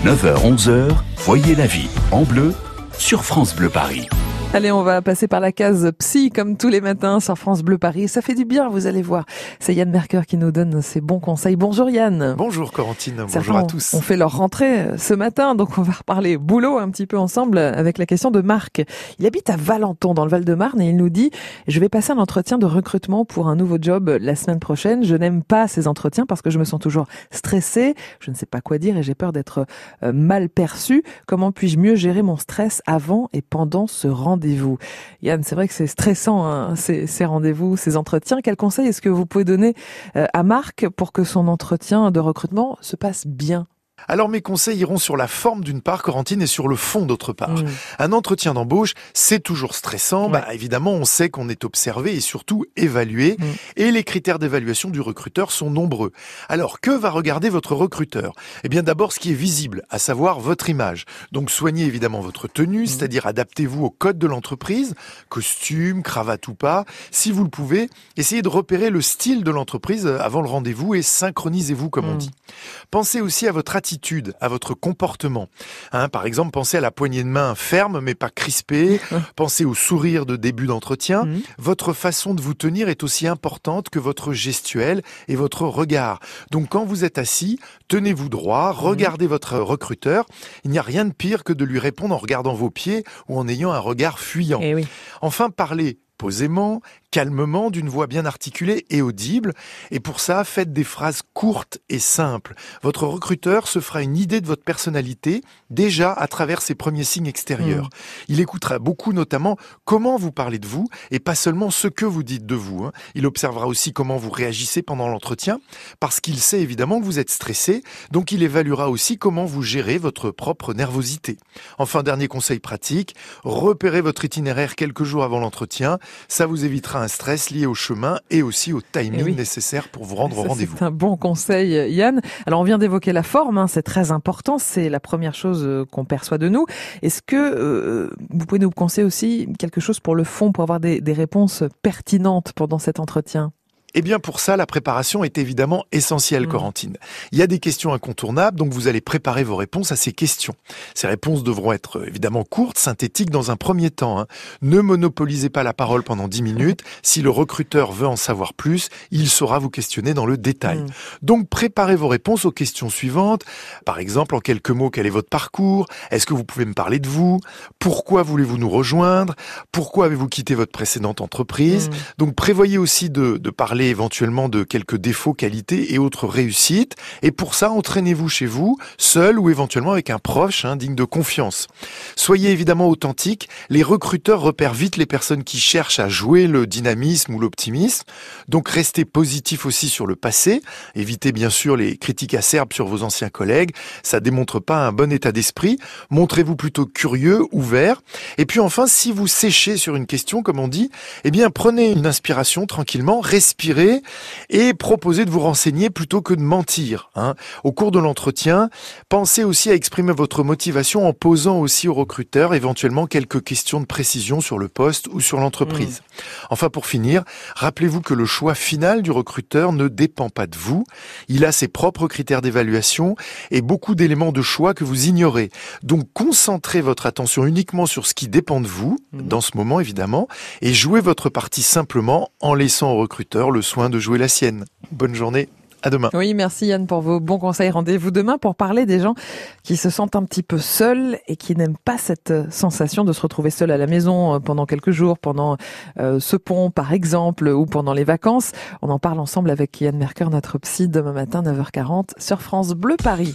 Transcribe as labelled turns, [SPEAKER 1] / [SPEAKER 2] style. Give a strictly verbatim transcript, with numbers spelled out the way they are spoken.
[SPEAKER 1] neuf heures onze heures, voyez la vie en bleu sur France Bleu Paris.
[SPEAKER 2] Allez, on va passer par la case psy comme tous les matins sur France Bleu Paris. Ça fait du bien, vous allez voir. C'est Yann Mercœur qui nous donne ses bons conseils. Bonjour Yann.
[SPEAKER 3] Bonjour Corentine,
[SPEAKER 2] Certains
[SPEAKER 3] bonjour à tous.
[SPEAKER 2] On fait leur rentrée ce matin, donc on va reparler boulot un petit peu ensemble avec la question de Marc. Il habite à Valenton dans le Val-de-Marne et il nous dit « Je vais passer un entretien de recrutement pour un nouveau job la semaine prochaine. Je n'aime pas ces entretiens parce que je me sens toujours stressée. Je ne sais pas quoi dire et j'ai peur d'être mal perçue. Comment puis-je mieux gérer mon stress avant et pendant ce rendez-vous ?» Yann, c'est vrai que c'est stressant, hein, ces, ces rendez-vous, ces entretiens. Quel conseil est-ce que vous pouvez donner euh, à Marc pour que son entretien de recrutement se passe bien ?
[SPEAKER 3] Alors mes conseils iront sur la forme d'une part, Corentine, et sur le fond d'autre part.
[SPEAKER 2] Mmh.
[SPEAKER 3] Un entretien d'embauche, c'est toujours stressant.
[SPEAKER 2] Ouais.
[SPEAKER 3] Bah, évidemment, on sait qu'on est observé et surtout évalué. Mmh. Et les critères d'évaluation du recruteur sont nombreux. Alors, que va regarder votre recruteur ? Eh bien, d'abord, ce qui est visible, à savoir votre image. Donc, soignez évidemment votre tenue, mmh. c'est-à-dire adaptez-vous au code de l'entreprise, costume, cravate ou pas. Si vous le pouvez, essayez de repérer le style de l'entreprise avant le rendez-vous et synchronisez-vous, comme mmh. on dit. Pensez aussi à votre attitude, à votre comportement. Hein, par exemple, pensez à la poignée de main ferme mais pas crispée. Pensez au sourire de début d'entretien. Mmh. Votre façon de vous tenir est aussi importante que votre gestuelle et votre regard. Donc quand vous êtes assis, tenez-vous droit, regardez mmh. votre recruteur. Il n'y a rien de pire que de lui répondre en regardant vos pieds ou en ayant un regard fuyant.
[SPEAKER 2] Eh oui.
[SPEAKER 3] Enfin, parlez posément, calmement, d'une voix bien articulée et audible. Et pour ça, faites des phrases courtes et simples. Votre recruteur se fera une idée de votre personnalité déjà à travers ses premiers signes extérieurs. Mmh. Il écoutera beaucoup notamment comment vous parlez de vous et pas seulement ce que vous dites de vous. Il observera aussi comment vous réagissez pendant l'entretien parce qu'il sait évidemment que vous êtes stressé. Donc il évaluera aussi comment vous gérez votre propre nervosité. Enfin, dernier conseil pratique, repérez votre itinéraire quelques jours avant l'entretien. Ça vous évitera un stress lié au chemin et aussi au timing oui. nécessaire pour vous rendre
[SPEAKER 2] Ça,
[SPEAKER 3] au rendez-vous.
[SPEAKER 2] C'est un bon conseil, Yann. Alors, on vient d'évoquer la forme, hein, c'est très important, c'est la première chose qu'on perçoit de nous. Est-ce que euh, vous pouvez nous conseiller aussi quelque chose pour le fond, pour avoir des, des réponses pertinentes pendant cet entretien ?
[SPEAKER 3] Eh bien, pour ça, la préparation est évidemment essentielle, mmh. Corentine. Il y a des questions incontournables, donc vous allez préparer vos réponses à ces questions. Ces réponses devront être évidemment courtes, synthétiques dans un premier temps. Hein. Ne monopolisez pas la parole pendant dix minutes. Si le recruteur veut en savoir plus, il saura vous questionner dans le détail. Mmh. Donc, préparez vos réponses aux questions suivantes. Par exemple, en quelques mots, quel est votre parcours ? Est-ce que vous pouvez me parler de vous ? Pourquoi voulez-vous nous rejoindre ? Pourquoi avez-vous quitté votre précédente entreprise ? Mmh. Donc, prévoyez aussi de, de parler éventuellement de quelques défauts, qualités et autres réussites. Et pour ça, entraînez-vous chez vous, seul ou éventuellement avec un proche hein, digne de confiance. Soyez évidemment authentique. Les recruteurs repèrent vite les personnes qui cherchent à jouer le dynamisme ou l'optimisme. Donc restez positif aussi sur le passé. Évitez bien sûr les critiques acerbes sur vos anciens collègues. Ça démontre pas un bon état d'esprit. Montrez-vous plutôt curieux, ouvert. Et puis enfin, si vous séchez sur une question, comme on dit, eh bien prenez une inspiration tranquillement, respirez et proposez de vous renseigner plutôt que de mentir. Hein. Au cours de l'entretien, pensez aussi à exprimer votre motivation en posant aussi au recruteur éventuellement quelques questions de précision sur le poste ou sur l'entreprise. Mmh. Enfin, pour finir, rappelez-vous que le choix final du recruteur ne dépend pas de vous. Il a ses propres critères d'évaluation et beaucoup d'éléments de choix que vous ignorez. Donc, concentrez votre attention uniquement sur ce qui dépend de vous, mmh. dans ce moment évidemment, et jouez votre partie simplement en laissant au recruteur le soin de jouer la sienne. Bonne journée, à demain.
[SPEAKER 2] Oui, merci Yann pour vos bons conseils. Rendez-vous demain pour parler des gens qui se sentent un petit peu seuls et qui n'aiment pas cette sensation de se retrouver seuls à la maison pendant quelques jours, pendant euh, ce pont par exemple, ou pendant les vacances. On en parle ensemble avec Yann Mercœur, notre psy, demain matin neuf heures quarante sur France Bleu Paris.